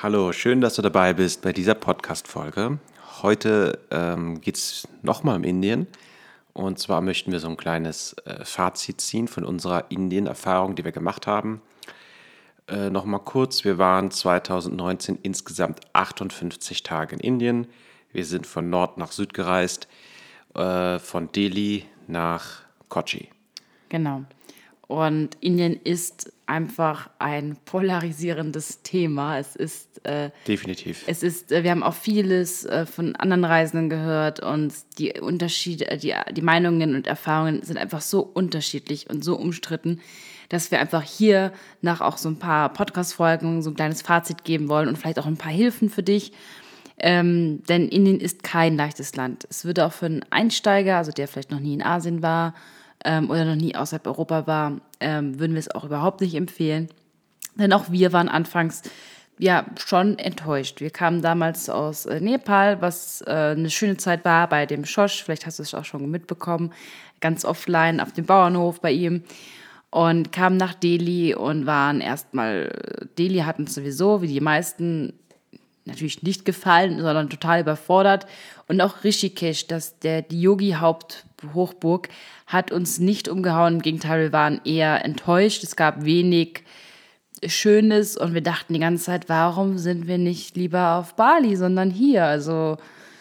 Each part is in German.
Hallo, schön, dass du dabei bist bei dieser Podcast-Folge. Heute geht es nochmal um Indien. Und zwar möchten wir so ein kleines Fazit ziehen von unserer Indien-Erfahrung, die wir gemacht haben. Nochmal kurz, wir waren 2019 insgesamt 58 Tage in Indien. Wir sind von Nord nach Süd gereist, von Delhi nach Kochi. Genau. Und Indien ist einfach ein polarisierendes Thema. Definitiv. Wir haben auch vieles von anderen Reisenden gehört und die Unterschiede, die Meinungen und Erfahrungen sind einfach so unterschiedlich und so umstritten, dass wir einfach hier nach auch so ein paar Podcast-Folgen so ein kleines Fazit geben wollen und vielleicht auch ein paar Hilfen für dich. Denn Indien ist kein leichtes Land. Es würde auch für einen Einsteiger, also der vielleicht noch nie in Asien war, oder noch nie außerhalb Europa war, würden wir es auch überhaupt nicht empfehlen. Denn auch wir waren anfangs ja schon enttäuscht. Wir kamen damals aus Nepal, was eine schöne Zeit war bei dem Schosch, vielleicht hast du es auch schon mitbekommen, ganz offline auf dem Bauernhof bei ihm. Und kamen nach Delhi und waren Delhi hat uns sowieso, wie die meisten, natürlich nicht gefallen, sondern total überfordert. Und auch Rishikesh, die Yogi-Hochburg, hat uns nicht umgehauen. Im Gegenteil, wir waren eher enttäuscht. Es gab wenig Schönes und wir dachten die ganze Zeit, warum sind wir nicht lieber auf Bali, sondern hier? Also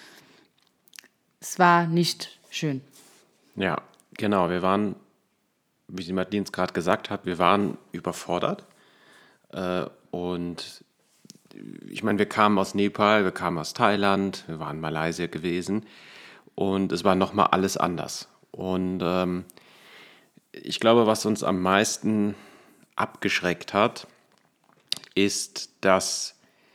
es war nicht schön. Ja, genau. Wir waren, wie die Madeleine es gerade gesagt hat, wir waren überfordert. Und ich meine, wir kamen aus Nepal, wir kamen aus Thailand, wir waren in Malaysia gewesen und es war nochmal alles anders. Und ich glaube, was uns am meisten abgeschreckt hat, ist, dass,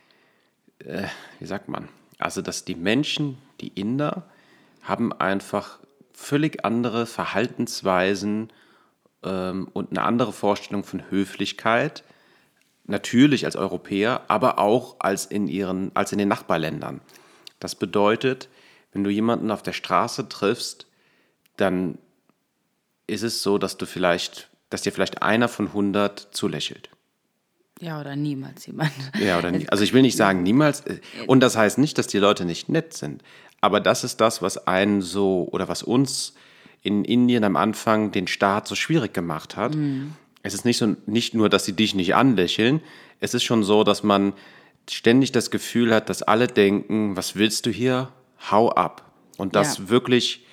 dass die Menschen, die Inder, haben einfach völlig andere Verhaltensweisen und eine andere Vorstellung von Höflichkeit, natürlich als Europäer, aber auch als in den Nachbarländern. Das bedeutet, wenn du jemanden auf der Straße triffst, dann ist es so, dass dir vielleicht einer von 100 zulächelt. Ja, oder niemals jemand. Ja, oder nie. Also ich will nicht sagen niemals. Und das heißt nicht, dass die Leute nicht nett sind. Aber das ist das, was was uns in Indien am Anfang den Start so schwierig gemacht hat. Es ist nicht nur, dass sie dich nicht anlächeln. Es ist schon so, dass man ständig das Gefühl hat, dass alle denken, was willst du hier? Hau ab. Und das wirklich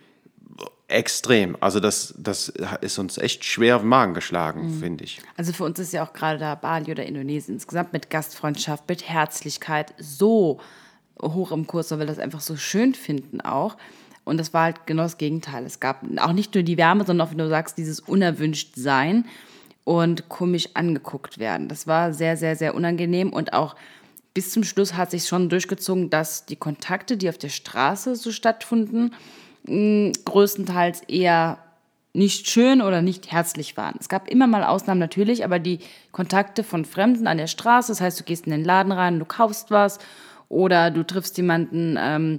extrem. Also das ist uns echt schwer auf den Magen geschlagen, finde ich. Also für uns ist ja auch gerade da Bali oder Indonesien insgesamt mit Gastfreundschaft, mit Herzlichkeit so hoch im Kurs, weil wir das einfach so schön finden auch. Und das war halt genau das Gegenteil. Es gab auch nicht nur die Wärme, sondern auch, wie du sagst, dieses Unerwünschtsein und komisch angeguckt werden. Das war sehr, sehr, sehr unangenehm und auch bis zum Schluss hat sich schon durchgezogen, dass die Kontakte, die auf der Straße so stattfanden, größtenteils eher nicht schön oder nicht herzlich waren. Es gab immer mal Ausnahmen natürlich, aber die Kontakte von Fremden an der Straße, das heißt, du gehst in den Laden rein, du kaufst was oder du triffst jemanden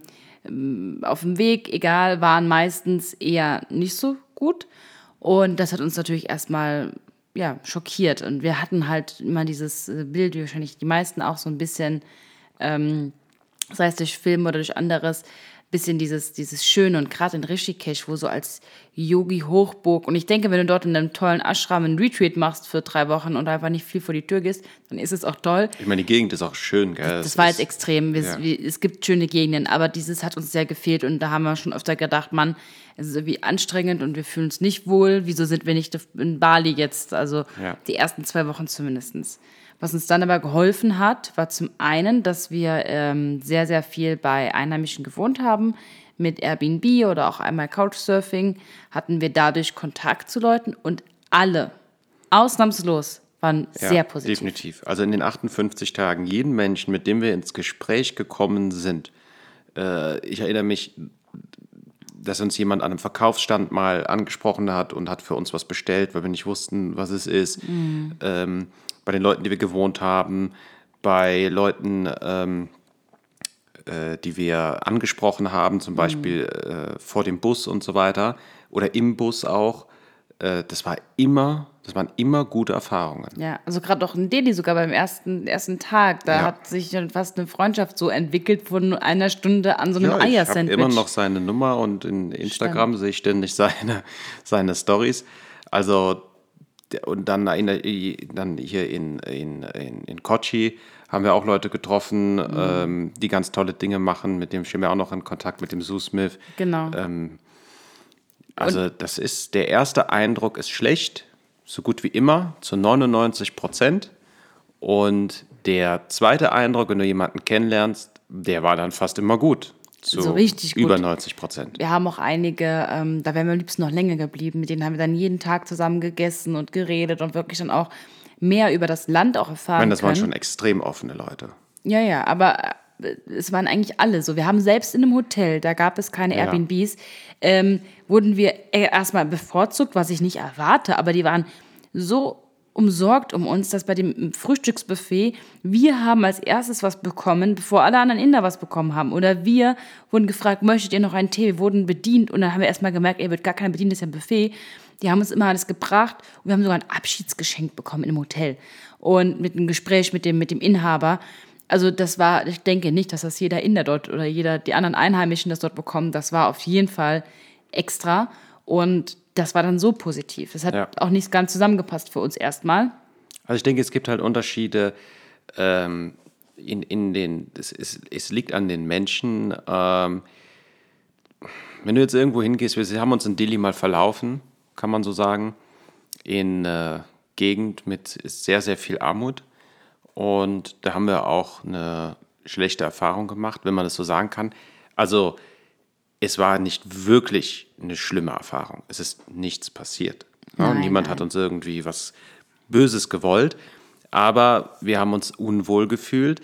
auf dem Weg, egal, waren meistens eher nicht so gut. Und das hat uns natürlich erstmal schockiert. Und wir hatten halt immer dieses Bild, wie wahrscheinlich die meisten auch so ein bisschen, sei es durch Film oder durch anderes, bisschen dieses Schöne und gerade in Rishikesh, wo so als Yogi-Hochburg und ich denke, wenn du dort in einem tollen Ashram einen Retreat machst für 3 Wochen und einfach nicht viel vor die Tür gehst, dann ist es auch toll. Ich meine, die Gegend ist auch schön, gell? Das war jetzt extrem. Es gibt schöne Gegenden, aber dieses hat uns sehr gefehlt und da haben wir schon öfter gedacht, Mann, es ist irgendwie anstrengend und wir fühlen uns nicht wohl. Wieso sind wir nicht in Bali jetzt? Also die ersten 2 Wochen zumindest. Was uns dann aber geholfen hat, war zum einen, dass wir sehr, sehr viel bei Einheimischen gewohnt haben. Mit Airbnb oder auch einmal Couchsurfing hatten wir dadurch Kontakt zu Leuten und alle, ausnahmslos, waren sehr positiv. Definitiv. Also in den 58 Tagen, jeden Menschen, mit dem wir ins Gespräch gekommen sind, ich erinnere mich, dass uns jemand an einem Verkaufsstand mal angesprochen hat und hat für uns was bestellt, weil wir nicht wussten, was es ist. Bei den Leuten, die wir gewohnt haben, bei Leuten, die wir angesprochen haben, zum Beispiel vor dem Bus und so weiter oder im Bus auch. das waren immer gute Erfahrungen. Ja, also gerade auch in Delhi, sogar beim ersten Tag, da hat sich dann fast eine Freundschaft so entwickelt von einer Stunde an so einem Ich habe Eiersandwich. immer noch seine Nummer und in Instagram sehe ich ständig seine Stories. Also, und dann hier in Kochi haben wir auch Leute getroffen, die ganz tolle Dinge machen. Mit dem stehen wir auch noch in Kontakt, mit dem Sue Smith. Genau. Also der erste Eindruck ist schlecht, so gut wie immer, zu 99%. Und der zweite Eindruck, wenn du jemanden kennenlernst, der war dann fast immer gut. So richtig über gut. 90%. Wir haben auch einige, da wären wir am liebsten noch länger geblieben, mit denen haben wir dann jeden Tag zusammen gegessen und geredet und wirklich dann auch mehr über das Land auch erfahren Ich meine, das waren können. schon extrem offene Leute. Ja, aber es waren eigentlich alle so. Wir haben selbst in einem Hotel, da gab es keine Airbnbs, wurden wir erstmal bevorzugt, was ich nicht erwarte, aber die waren so umsorgt um uns, dass bei dem Frühstücksbuffet wir haben als erstes was bekommen, bevor alle anderen Inder was bekommen haben. Oder wir wurden gefragt, möchtet ihr noch einen Tee? Wir wurden bedient und dann haben wir erstmal gemerkt, wird gar keiner bedient, das ist ja ein Buffet. Die haben uns immer alles gebracht und wir haben sogar ein Abschiedsgeschenk bekommen in einem Hotel. Und mit einem Gespräch mit dem Inhaber. Also ich denke nicht, dass das jeder Inder dort oder die anderen Einheimischen das dort bekommen. Das war auf jeden Fall extra und das war dann so positiv. Das hat auch nicht ganz zusammengepasst für uns erstmal. Also ich denke, es gibt halt Unterschiede es liegt an den Menschen. Wenn du jetzt irgendwo hingehst, wir haben uns in Delhi mal verlaufen, kann man so sagen, in Gegend mit sehr, sehr viel Armut. Und da haben wir auch eine schlechte Erfahrung gemacht, wenn man das so sagen kann. Also es war nicht wirklich eine schlimme Erfahrung. Es ist nichts passiert. Niemand hat uns irgendwie was Böses gewollt. Aber wir haben uns unwohl gefühlt,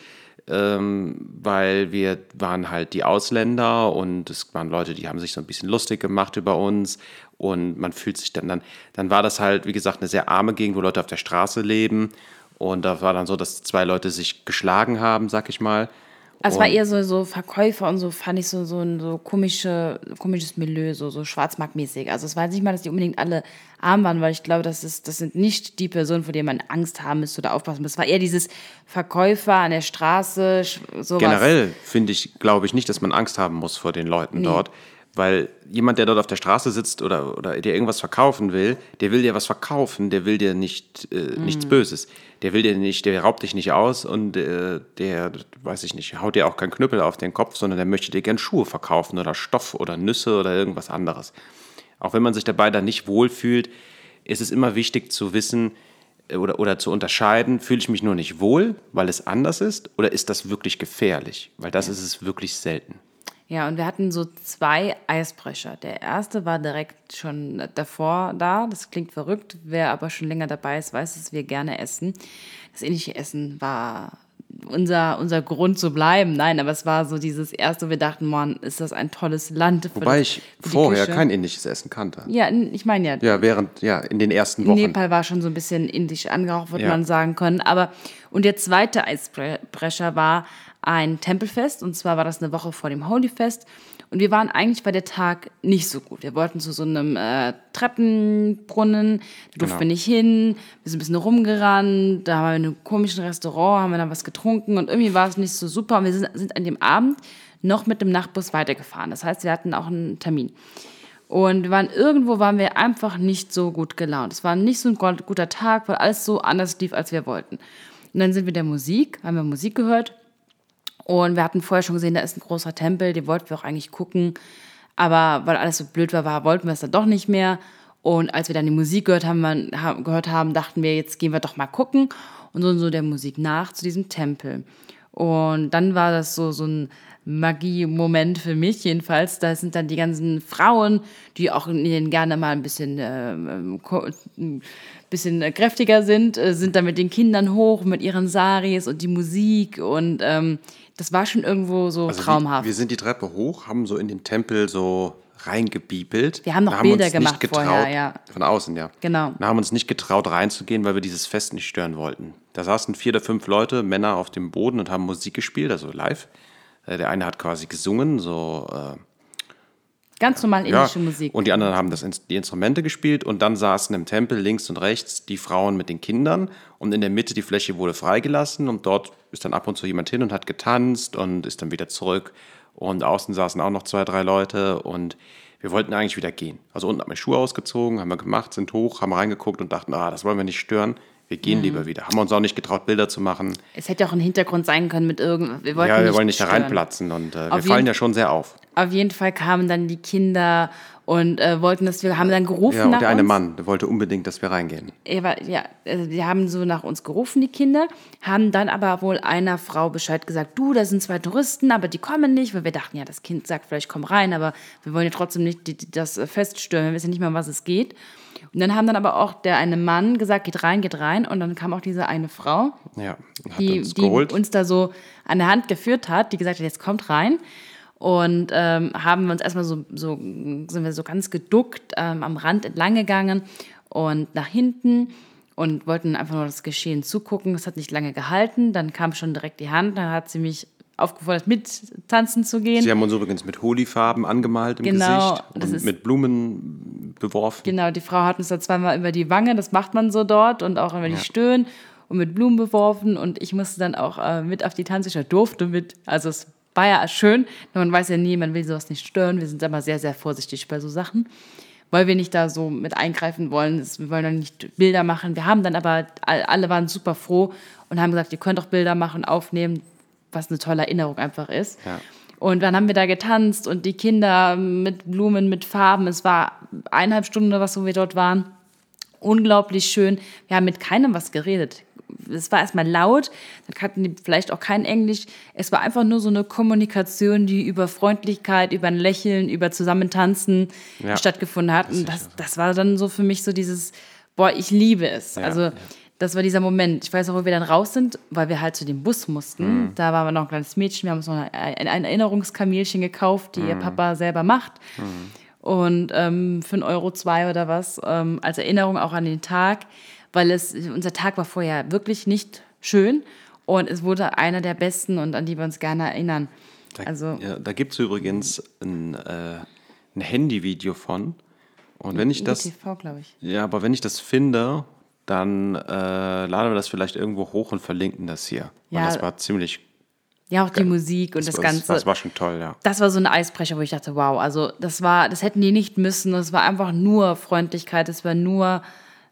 weil wir waren halt die Ausländer und es waren Leute, die haben sich so ein bisschen lustig gemacht über uns. Und man fühlt sich dann war das halt, wie gesagt, eine sehr arme Gegend, wo Leute auf der Straße leben. Und da war dann so, dass 2 Leute sich geschlagen haben, sag ich mal. Es war eher so Verkäufer und so, fand ich so ein komisches Milieu, so schwarzmarktmäßig. Also es war jetzt nicht mal, dass die unbedingt alle arm waren, weil ich glaube, das sind nicht die Personen, vor denen man Angst haben müsste oder aufpassen muss. Es war eher dieses Verkäufer an der Straße, sowas. Generell glaube ich nicht, dass man Angst haben muss vor den Leuten dort. Weil jemand, der dort auf der Straße sitzt oder der irgendwas verkaufen will, der will dir was verkaufen, der will dir nichts Böses. Der raubt dich nicht aus und der, weiß ich nicht, haut dir auch keinen Knüppel auf den Kopf, sondern der möchte dir gern Schuhe verkaufen oder Stoff oder Nüsse oder irgendwas anderes. Auch wenn man sich dabei dann nicht wohlfühlt, ist es immer wichtig zu wissen oder zu unterscheiden, fühle ich mich nur nicht wohl, weil es anders ist, oder ist das wirklich gefährlich? Weil das ist es wirklich selten. Ja, und wir hatten so 2 Eisbrecher. Der erste war direkt schon davor da. Das klingt verrückt. Wer aber schon länger dabei ist, weiß, dass wir gerne essen. Das indische Essen war unser Grund zu bleiben. Nein, aber es war so dieses erste, wo wir dachten, Mann, ist das ein tolles Land. Wobei ich vorher kein indisches Essen kannte. Ja, ich meine ja. Ja, in den ersten Wochen. Nepal war schon so ein bisschen indisch angehaucht, würde man sagen können. Und der zweite Eisbrecher war ein Tempelfest, und zwar war das eine Woche vor dem Holyfest. Und wir waren eigentlich bei der Tag nicht so gut. Wir wollten zu so einem Treppenbrunnen, da durften wir nicht hin, wir sind ein bisschen rumgerannt, da haben wir in einem komischen Restaurant, haben wir dann was getrunken und irgendwie war es nicht so super. Und wir sind an dem Abend noch mit dem Nachtbus weitergefahren. Das heißt, wir hatten auch einen Termin. Und waren wir einfach nicht so gut gelaunt. Es war nicht so ein guter Tag, weil alles so anders lief, als wir wollten. Und dann sind wir haben wir Musik gehört. Und wir hatten vorher schon gesehen, da ist ein großer Tempel, den wollten wir auch eigentlich gucken. Aber weil alles so blöd war, wollten wir es dann doch nicht mehr. Und als wir dann die Musik gehört haben, dachten wir, jetzt gehen wir doch mal gucken. Und so der Musik nach zu diesem Tempel. Und dann war das so ein Magie-Moment für mich jedenfalls. Da sind dann die ganzen Frauen, die auch gerne mal ein bisschen kräftiger sind dann mit den Kindern hoch, mit ihren Saris und die Musik. Und das war schon irgendwo so traumhaft. Wir sind die Treppe hoch, haben so in den Tempel so reingebiepelt. Wir haben noch Bilder gemacht vorher, ja. Von außen, ja. Genau. Wir haben uns nicht getraut reinzugehen, weil wir dieses Fest nicht stören wollten. Da saßen 4 oder 5 Leute, Männer auf dem Boden und haben Musik gespielt, also live. Der eine hat quasi gesungen, so Ganz normal indische Musik. Und die anderen haben die Instrumente gespielt und dann saßen im Tempel links und rechts die Frauen mit den Kindern und in der Mitte die Fläche wurde freigelassen und dort ist dann ab und zu jemand hin und hat getanzt und ist dann wieder zurück und außen saßen auch noch 2, 3 Leute und wir wollten eigentlich wieder gehen. Also unten haben wir Schuhe ausgezogen, haben wir gemacht, sind hoch, haben reingeguckt und dachten, das wollen wir nicht stören. Wir gehen lieber wieder. Haben wir uns auch nicht getraut, Bilder zu machen. Es hätte auch ein Hintergrund sein können mit irgendwas. Wir wollen nicht da reinplatzen und wir fallen ja schon sehr auf. Auf jeden Fall kamen dann die Kinder und wollten, dass wir, haben dann gerufen nach uns. Ja, und der eine Mann, der wollte unbedingt, dass wir reingehen. Die haben so nach uns gerufen, die Kinder, haben dann aber wohl einer Frau Bescheid gesagt, du, da sind 2 Touristen, aber die kommen nicht, weil wir dachten, ja, das Kind sagt vielleicht, komm rein, aber wir wollen ja trotzdem nicht das Fest stören, wir wissen nicht mal, um was es geht. Und dann haben dann aber auch der eine Mann gesagt, geht rein. Und dann kam auch diese eine Frau, die uns da so an der Hand geführt hat, die gesagt hat, jetzt kommt rein. Und haben uns erstmal sind wir so ganz geduckt am Rand entlang gegangen und nach hinten und wollten einfach nur das Geschehen zugucken. Das hat nicht lange gehalten. Dann kam schon direkt die Hand, dann hat sie mich aufgefordert, mit tanzen zu gehen. Sie haben uns übrigens mit Holi-Farben angemalt im Gesicht und mit Blumen beworfen. Genau, die Frau hat uns da zweimal über die Wange, das macht man so dort, und auch über die Stirn und mit Blumen beworfen. Und ich musste dann auch mit auf die Tanzfläche, durfte mit. Also es war ja schön, man weiß ja nie, man will sowas nicht stören. Wir sind immer sehr, sehr vorsichtig bei so Sachen, weil wir nicht da so mit eingreifen wollen. Wir wollen dann nicht Bilder machen. Wir haben dann aber, alle waren super froh und haben gesagt, ihr könnt auch Bilder machen, aufnehmen, was eine tolle Erinnerung einfach ist. Ja. Und dann haben wir da getanzt und die Kinder mit Blumen, mit Farben. Es war 1,5 Stunden oder was, wo wir dort waren. Unglaublich schön. Wir haben mit keinem was geredet. Es war erstmal laut, dann kannten die vielleicht auch kein Englisch. Es war einfach nur so eine Kommunikation, die über Freundlichkeit, über ein Lächeln, über Zusammentanzen stattgefunden hat. Und das war dann so für mich so dieses, ich liebe es. Ja, das war dieser Moment. Ich weiß auch, wo wir dann raus sind, weil wir halt zu dem Bus mussten. Mhm. Da waren wir noch ein kleines Mädchen. Wir haben uns noch ein Erinnerungskamelchen gekauft, die ihr Papa selber macht. Mhm. Und für 1,02 Euro oder was, als Erinnerung auch an den Tag. Weil unser Tag war vorher wirklich nicht schön. Und es wurde einer der besten und an die wir uns gerne erinnern. Da gibt es übrigens ein Handyvideo von. Und wenn ich das... TV, glaube ich. Ja, aber wenn ich das finde... dann laden wir das vielleicht irgendwo hoch und verlinken das hier. Ja, das war ziemlich... Ja, auch die Musik und das Ganze. Das war schon toll, ja. Das war so ein Eisbrecher, wo ich dachte, wow, also das hätten die nicht müssen. Es war einfach nur Freundlichkeit, es war nur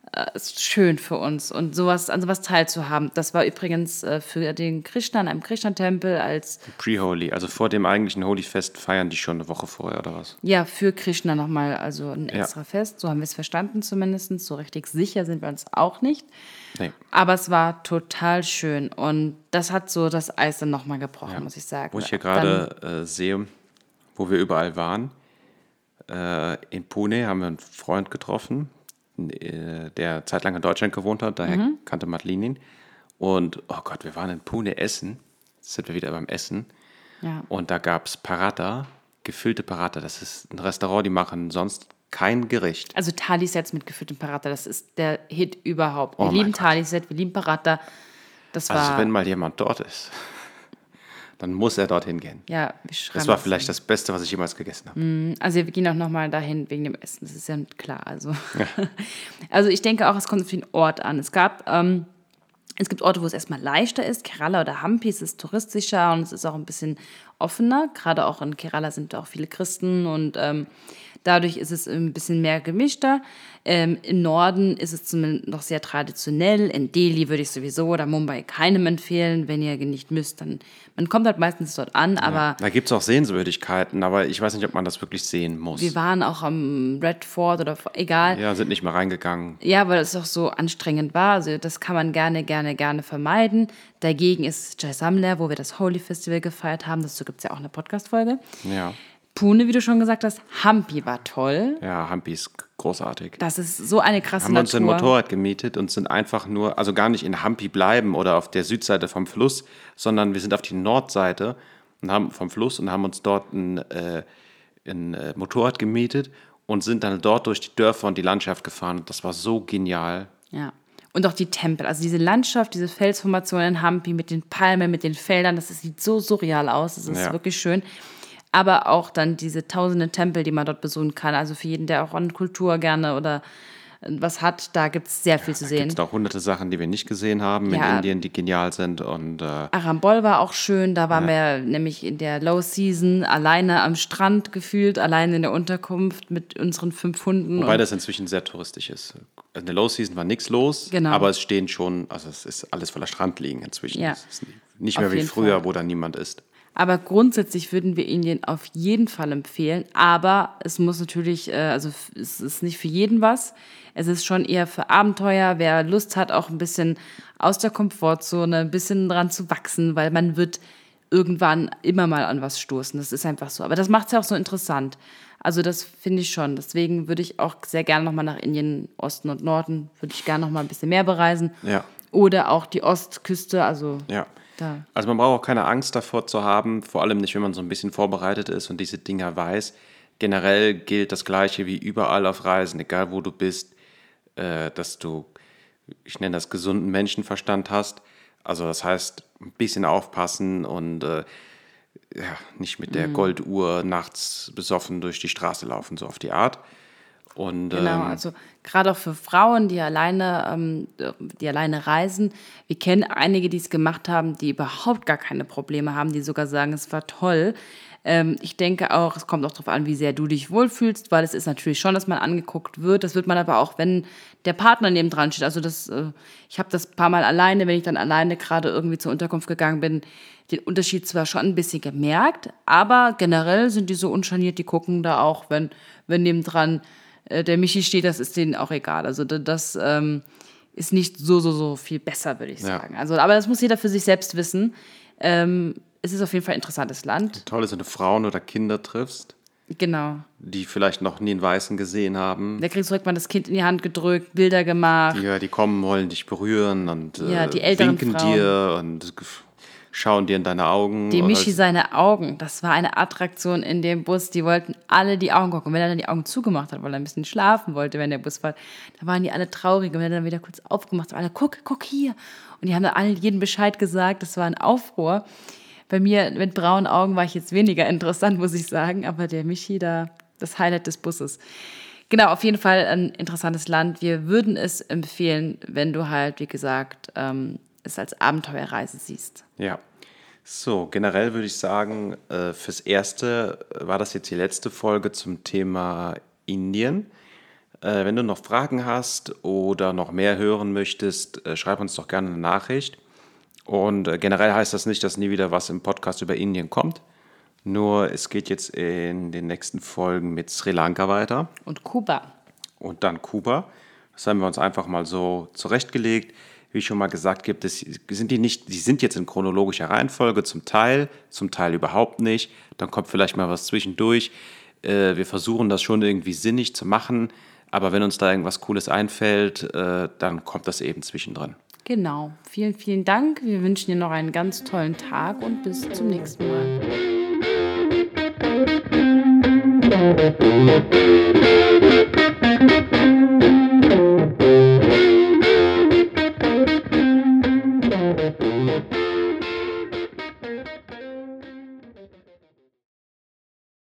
schön für uns und an sowas teilzuhaben. Das war übrigens für den Krishna in einem Krishna-Tempel als... Pre-Holi, also vor dem eigentlichen Holi-Fest feiern die schon eine Woche vorher oder was? Ja, für Krishna nochmal, also ein extra Fest. So haben wir es verstanden zumindest. So richtig sicher sind wir uns auch nicht. Nee. Aber es war total schön und das hat so das Eis dann nochmal gebrochen, muss ich sagen. Wo ich hier gerade sehe, wo wir überall waren, in Pune haben wir einen Freund getroffen, der zeitlang in Deutschland gewohnt hat, daher kannte Madeline ihn. Und, oh Gott, wir waren in Pune essen. Jetzt sind wir wieder beim Essen. Ja. Und da gab es Paratha, gefüllte Paratha. Das ist ein Restaurant, die machen sonst kein Gericht. Also Thali-Sets mit gefülltem Paratha, das ist der Hit überhaupt. Wir lieben Thali-Set, wir lieben Paratha. Also wenn mal jemand dort ist, dann muss er dorthin gehen. Ja, das war vielleicht das Beste, was ich jemals gegessen habe. Also wir gehen auch nochmal dahin wegen dem Essen, das ist ja klar. Also ich denke auch, es kommt auf den Ort an. Es gibt Orte, wo es erstmal leichter ist. Kerala oder Hampi, es ist touristischer und es ist auch ein bisschen offener. Gerade auch in Kerala sind auch viele Christen und dadurch ist es ein bisschen mehr gemischter. Im Norden ist es zumindest noch sehr traditionell. In Delhi würde ich sowieso oder Mumbai keinem empfehlen. Wenn ihr nicht müsst, dann man kommt halt meistens dort an. Aber da gibt es auch Sehenswürdigkeiten, aber ich weiß nicht, ob man das wirklich sehen muss. Wir waren auch am Red Fort oder egal. Ja, sind nicht mehr reingegangen. Ja, weil es auch so anstrengend war. Also das kann man gerne vermeiden. Dagegen ist Jaisalmer, wo wir das Holi Festival gefeiert haben. Dazu gibt es ja auch eine Podcast-Folge. Ja. Pune, wie du schon gesagt hast, Hampi war toll. Ja, Hampi ist großartig. Das ist so eine krasse Natur. Haben uns ein Motorrad gemietet und sind einfach nur, also gar nicht in Hampi bleiben oder auf der Südseite vom Fluss, sondern wir sind auf die Nordseite vom Fluss und haben uns dort ein Motorrad gemietet und sind dann dort durch die Dörfer und die Landschaft gefahren. Und das war so genial. Ja. Und auch die Tempel, also diese Landschaft, diese Felsformation in Hampi mit den Palmen, mit den Feldern, sieht so surreal aus. Das ist wirklich schön. aber auch dann diese tausenden Tempel, die man dort besuchen kann. Also für jeden, der auch an Kultur gerne oder was hat, da gibt es sehr viel zu sehen. Es gibt auch hunderte Sachen, die wir nicht gesehen haben in Indien, die genial sind. Und Arambol war auch schön, da waren wir nämlich in der Low Season alleine am Strand gefühlt, alleine in der Unterkunft mit unseren 5 Hunden. Wobei das inzwischen sehr touristisch ist. In der Low Season war nichts los, aber es stehen schon, also es ist alles voller Strandliegen inzwischen. Ja. Es ist nicht mehr wie früher, wo da niemand ist. Aber grundsätzlich würden wir Indien auf jeden Fall empfehlen. Aber es muss natürlich, also es ist nicht für jeden was. Es ist schon eher für Abenteuer. Wer Lust hat, auch ein bisschen aus der Komfortzone, ein bisschen dran zu wachsen, weil man wird irgendwann immer mal an was stoßen. Das ist einfach so. Aber das macht es ja auch so interessant. Also das finde ich schon. Deswegen würde ich auch sehr gerne nochmal nach Indien, Osten und Norden, würde ich gerne nochmal ein bisschen mehr bereisen. Ja. Oder auch die Ostküste, also ja. Da. Also man braucht auch keine Angst davor zu haben, vor allem nicht, wenn man so ein bisschen vorbereitet ist und diese Dinger weiß. Generell gilt das Gleiche wie überall auf Reisen, egal wo du bist, dass du, ich nenne das, gesunden Menschenverstand hast. Also das heißt, ein bisschen aufpassen und nicht mit der Golduhr nachts besoffen durch die Straße laufen, so auf die Art. Und, genau, also gerade auch für Frauen, die alleine reisen. Wir kennen einige, die es gemacht haben, die überhaupt gar keine Probleme haben, die sogar sagen, es war toll. Ich denke auch, es kommt auch darauf an, wie sehr du dich wohlfühlst, weil es ist natürlich schon, dass man angeguckt wird. Das wird man aber auch, wenn der Partner neben dran steht. Also ich habe das ein paar Mal alleine, wenn ich dann alleine gerade irgendwie zur Unterkunft gegangen bin, den Unterschied zwar schon ein bisschen gemerkt, aber generell sind die so unscharniert, die gucken da auch, wenn nebendran der Michi steht, das ist denen auch egal. Also das ist nicht so viel besser, würde ich sagen. Also, aber das muss jeder für sich selbst wissen. Es ist auf jeden Fall ein interessantes Land. Toll ist, wenn du Frauen oder Kinder triffst. Genau. Die vielleicht noch nie einen Weißen gesehen haben. Da kriegst du direkt mal das Kind in die Hand gedrückt, Bilder gemacht. Die kommen, wollen dich berühren und die älteren winken Frauen. dir und schauen dir in deine Augen. Dem Michi seine Augen, das war eine Attraktion in dem Bus, die wollten alle die Augen gucken. Und wenn er dann die Augen zugemacht hat, weil er ein bisschen schlafen wollte, wenn der Bus war, da waren die alle traurig. Und wenn er dann wieder kurz aufgemacht hat, alle, guck hier. Und die haben dann alle jedem Bescheid gesagt, das war ein Aufruhr. Bei mir mit braunen Augen war ich jetzt weniger interessant, muss ich sagen, aber der Michi da, das Highlight des Busses. Genau, auf jeden Fall ein interessantes Land. Wir würden es empfehlen, wenn du halt, wie gesagt, es als Abenteuerreise siehst. Ja. So, generell würde ich sagen, fürs Erste war das jetzt die letzte Folge zum Thema Indien. Wenn du noch Fragen hast oder noch mehr hören möchtest, schreib uns doch gerne eine Nachricht. Und generell heißt das nicht, dass nie wieder was im Podcast über Indien kommt. Nur es geht jetzt in den nächsten Folgen mit Sri Lanka weiter. Und Kuba. Und dann Kuba. Das haben wir uns einfach mal so zurechtgelegt. Wie schon mal gesagt, die sind jetzt in chronologischer Reihenfolge zum Teil überhaupt nicht. Dann kommt vielleicht mal was zwischendurch. Wir versuchen das schon irgendwie sinnig zu machen, aber wenn uns da irgendwas Cooles einfällt, dann kommt das eben zwischendrin. Genau. Vielen, vielen Dank. Wir wünschen dir noch einen ganz tollen Tag und bis zum nächsten Mal.